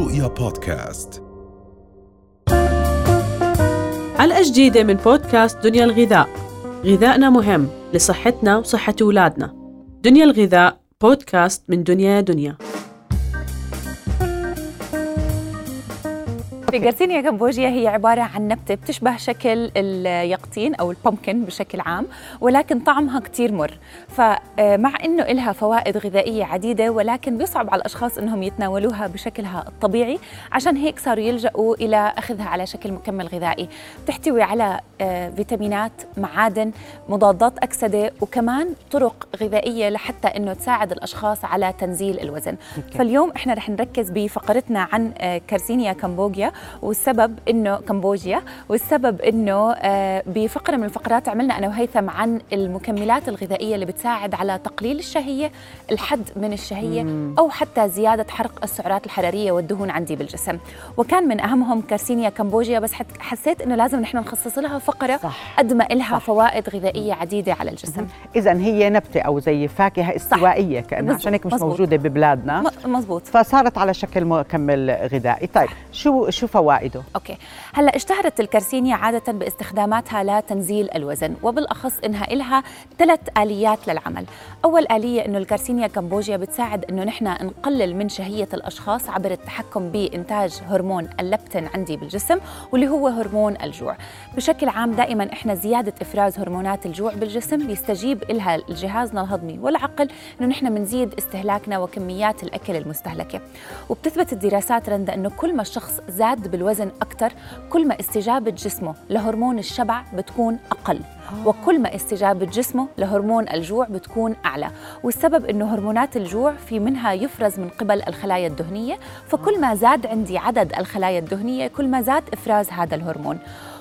رؤيا بودكاست. حلقة جديدة من بودكاست دنيا الغذاء. غذائنا مهم لصحتنا وصحة أولادنا. دنيا الغذاء بودكاست من دنيا. الجارسينيا كامبوجيا هي عبارة عن نبتة بتشبه شكل اليقطين أو البومكن بشكل عام، ولكن طعمها كتير مر. فمع إنه إلها فوائد غذائية عديدة، ولكن بيصعب على الأشخاص إنهم يتناولوها بشكلها الطبيعي، عشان هيك صاروا يلجأوا إلى أخذها على شكل مكمل غذائي. بتحتوي على فيتامينات، معادن، مضادات أكسدة، وكمان طرق غذائية لحتى إنه تساعد الأشخاص على تنزيل الوزن. فاليوم إحنا رح نركز بفقرتنا عن كارسينيا كامبوجيا والسبب إنه كمبوجيا، والسبب إنه بفقرة من الفقرات عملنا أنا وهيثم عن المكملات الغذائية اللي بتساعد على تقليل الشهية، الحد من الشهية، أو حتى زيادة حرق السعرات الحرارية والدهون عندي بالجسم. وكان من أهمهم كارسينيا كامبوجيا، بس حسيت إنه لازم نحن نخصص لها فقرة قد ما إلها فوائد غذائية عديدة على الجسم. إذن هي نبتة أو زي فاكهة استوائية كأنها، عشان هيك مش موجودة ببلادنا. مزبوط. فصارت على شكل مكمل غذائي. طيب شو فوائده؟ أوكي، هلا اشتهرت الكارسينيا عادة باستخداماتها لتنزيل الوزن، وبالأخص إنها إلها 3 آليات للعمل. أول آلية إنه الكارسينيا كامبوجيا بتساعد إنه نحن نقلل من شهية الأشخاص عبر التحكم بإنتاج هرمون اللبتين عندي بالجسم، واللي هو هرمون الجوع. بشكل عام دائما إحنا زيادة إفراز هرمونات الجوع بالجسم بيستجيب إلها جهازنا الهضمي والعقل، إنه نحن منزيد استهلاكنا وكميات الأكل المستهلكة. وبتثبت الدراسات رندا إنه كل ما الشخص زاد بالوزن أكتر، كل ما استجابة جسمه لهرمون الشبع بتكون أقل، وكل ما استجابة جسمه لهرمون الجوع بتكون أعلى. والسبب إنه هرمونات الجوع في منها يفرز من قبل الخلايا الدهنية، فكل ما زاد عندي عدد الخلايا الدهنية كل ما زاد إفراز هذا الهرمون.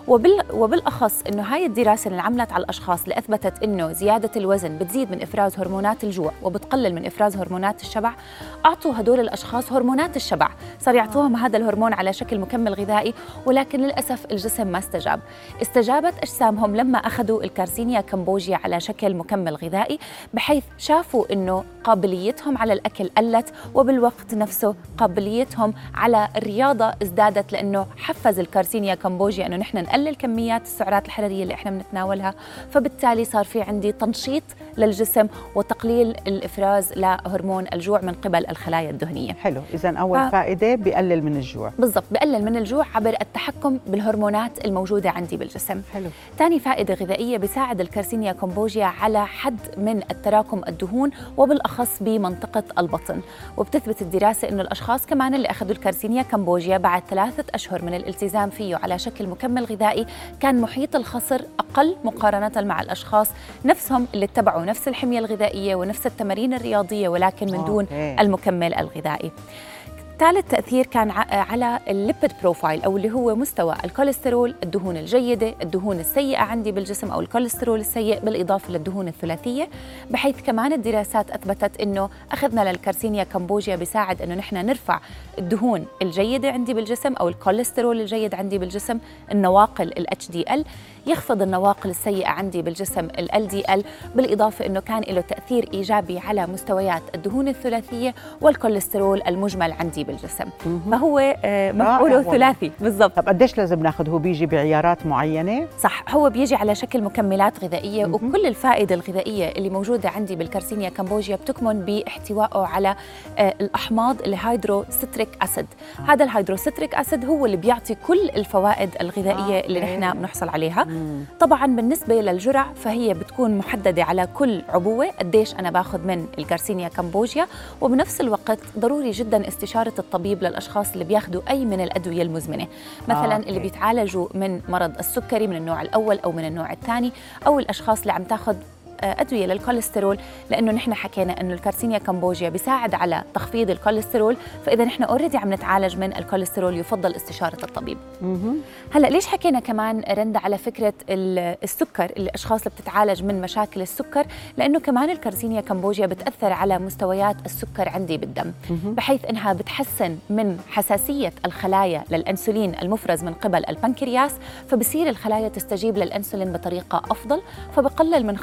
وبالأخص إنه هاي الدراسة اللي عملت على الأشخاص اللي أثبتت إنه زيادة الوزن بتزيد من إفراز هرمونات الجوع وبتقلل من إفراز هرمونات الشبع، أعطوا هدول الأشخاص هرمونات الشبع، صار يعطوهم هذا الهرمون على شكل مكمل غذائي، ولكن للأسف الجسم ما استجابت أجسامهم لما أخذوا الكارسينيا كامبوجيا على شكل مكمل غذائي، بحيث شافوا إنه قابليتهم على الأكل قلت، وبالوقت نفسه قابليتهم على الرياضة ازدادت، لأنه حفز الكارسينيا كامبوجيا إنه نحن نقلل كميات السعرات الحرارية اللي احنا بنتناولها، فبالتالي صار في عندي تنشيط للجسم وتقليل الإفراز لهرمون الجوع من قبل الخلايا الدهنية. حلو، إذن أول فائدة بيقلل من الجوع. بالضبط، بيقلل من الجوع عبر التحكم بالهرمونات الموجودة عندي بالجسم. حلو. ثاني فائدة غذائية، بيساعد الكارسينيا كامبوجيا على حد من التراكم الدهون، وبالأخص بمنطقة البطن. وبتثبت الدراسة إنه الأشخاص كمان اللي أخذوا الكارسينيا كامبوجيا بعد 3 أشهر من الالتزام فيه على شكل مكمل غذائي كان محيط الخصر أقل مقارنة مع الأشخاص نفسهم اللي اتبعوا نفس الحمية الغذائية ونفس التمارين الرياضية، ولكن من دون المكمل الغذائي. ثالث تأثير كان على الليبيد بروفايل، أو اللي هو مستوى الكوليسترول، الدهون الجيدة، الدهون السيئة عندي بالجسم أو الكوليسترول السيء، بالإضافة للدهون الثلاثية. بحيث كمان الدراسات أثبتت إنه أخذنا للكارسينيا كامبوجيا بيساعد إنه نحن نرفع الدهون الجيدة عندي بالجسم أو الكوليسترول الجيد عندي بالجسم، النواقل ال HDL، يخفض النواقل السيئة عندي بالجسم ال LDL، بالإضافة إنه كان له تأثير إيجابي على مستويات الدهون الثلاثية والكوليسترول المجمل عندي بالجسم. فهو مفعوله ثلاثي بالضبط. طب قديش لازم ناخذ؟ هو بيجي بعيارات معينة؟ صح، هو بيجي على شكل مكملات غذائية، وكل الفائدة الغذائية اللي موجودة عندي بالكارسينيا كامبوجيا بتكمن باحتوائه على الأحماض الهيدروستريك أسيد. هذا الهيدروستريك أسيد هو اللي بيعطي كل الفوائد الغذائية اللي نحن بنحصل عليها. طبعا بالنسبة للجرعة فهي بتكون محددة على كل عبوة قديش أنا باخذ من الكارسينيا كامبوجيا، وبنفس الوقت ضروري جدا استشارة الطبيب للأشخاص اللي بياخدوا أي من الأدوية المزمنة، مثلا اللي بيتعالجوا من مرض السكري من النوع الأول أو من النوع الثاني، أو الأشخاص اللي عم تاخذ أدوية للكوليسترول، لأنه نحن حكينا أنه الكارسينيا كامبوجيا بيساعد على تخفيض الكوليسترول، فإذا نحن أوريدي عم نتعالج من الكوليسترول يفضل استشارة الطبيب. هلأ ليش حكينا كمان رندا على فكرة السكر، الأشخاص اللي بتتعالج من مشاكل السكر؟ لأنه كمان الكارسينيا كامبوجيا بتأثر على مستويات السكر عندي بالدم، بحيث أنها بتحسن من حساسية الخلايا للأنسولين المفرز من قبل البنكرياس، فبصير الخلايا تستجيب للأنسولين بطريقة أفضل، فبقلل من خطر الإصابة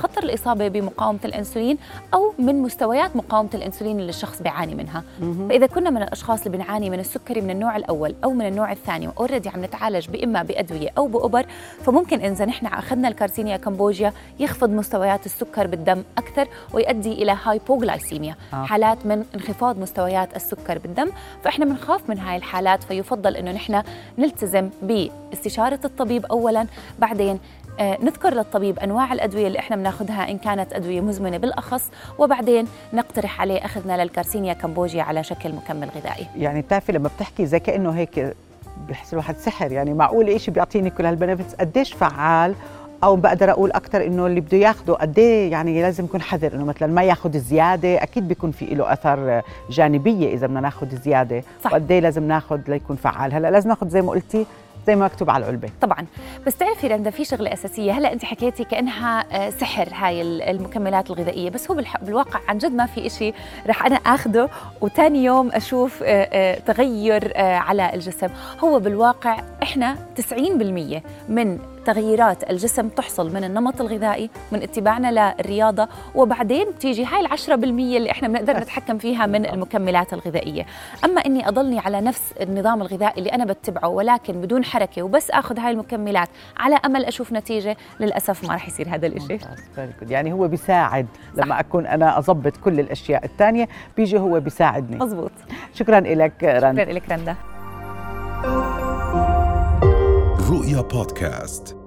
الإصابة بمقاومة الأنسولين أو من مستويات مقاومة الأنسولين اللي الشخص بيعاني منها. فإذا كنا من الأشخاص اللي بنعاني من السكري من النوع الأول أو من النوع الثاني وأوريدي عم نتعالج بإما بأدوية أو بإبر، فممكن إذا نحن أخذنا الكارسينيا كامبوجيا يخفض مستويات السكر بالدم أكثر ويؤدي إلى هايبوغلايسيميا، حالات من انخفاض مستويات السكر بالدم. فإحنا بنخاف من هاي الحالات، فيفضل إنه نحن نلتزم باستشارة الطبيب أولاً، بعدين نذكر للطبيب أنواع الأدوية اللي إحنا بناخذها إن كانت أدوية مزمنة بالأخص، وبعدين نقترح عليه أخذنا للكارسينيا كامبوجيا على شكل مكمل غذائي. يعني بتعرفي لما بتحكي زي كأنه هيك بحس الواحد سحر، يعني معقول إشي بيعطيني كل هالبنفيتس قديش فعال، أو بقدر أقول أكتر إنه اللي بده ياخده قد إيه يعني لازم يكون حذر إنه مثلا ما ياخد زيادة، أكيد بيكون في له أثر جانبية إذا بدنا ناخد زيادة، وقد إيه لازم ناخد ليكون فعال. هلا لازم ناخد زي ما قلتي زي ما مكتوب على العلبة طبعا. بس تعرفي رندا في شغلة أساسية، هلا أنت حكيتي كأنها سحر هاي المكملات الغذائية، بس هو بالواقع عن جد ما في إشي رح أنا أخده وتاني يوم أشوف تغير على الجسم. هو بالواقع إحنا 90% من تغييرات الجسم تحصل من النمط الغذائي، من اتباعنا للرياضة، وبعدين تيجي هاي 10% اللي احنا بنقدر نتحكم فيها من المكملات الغذائية. أما إني أضلني على نفس النظام الغذائي اللي أنا بتبعه ولكن بدون حركة وبس أخذ هاي المكملات على أمل أشوف نتيجة، للأسف ما رح يصير هذا الإشي. يعني هو بيساعد لما أكون أنا أضبط كل الأشياء الثانية بيجي هو بيساعدني. مزبوط. شكرا لك رندا. شكرا لك رندا. رؤيا بودكاست.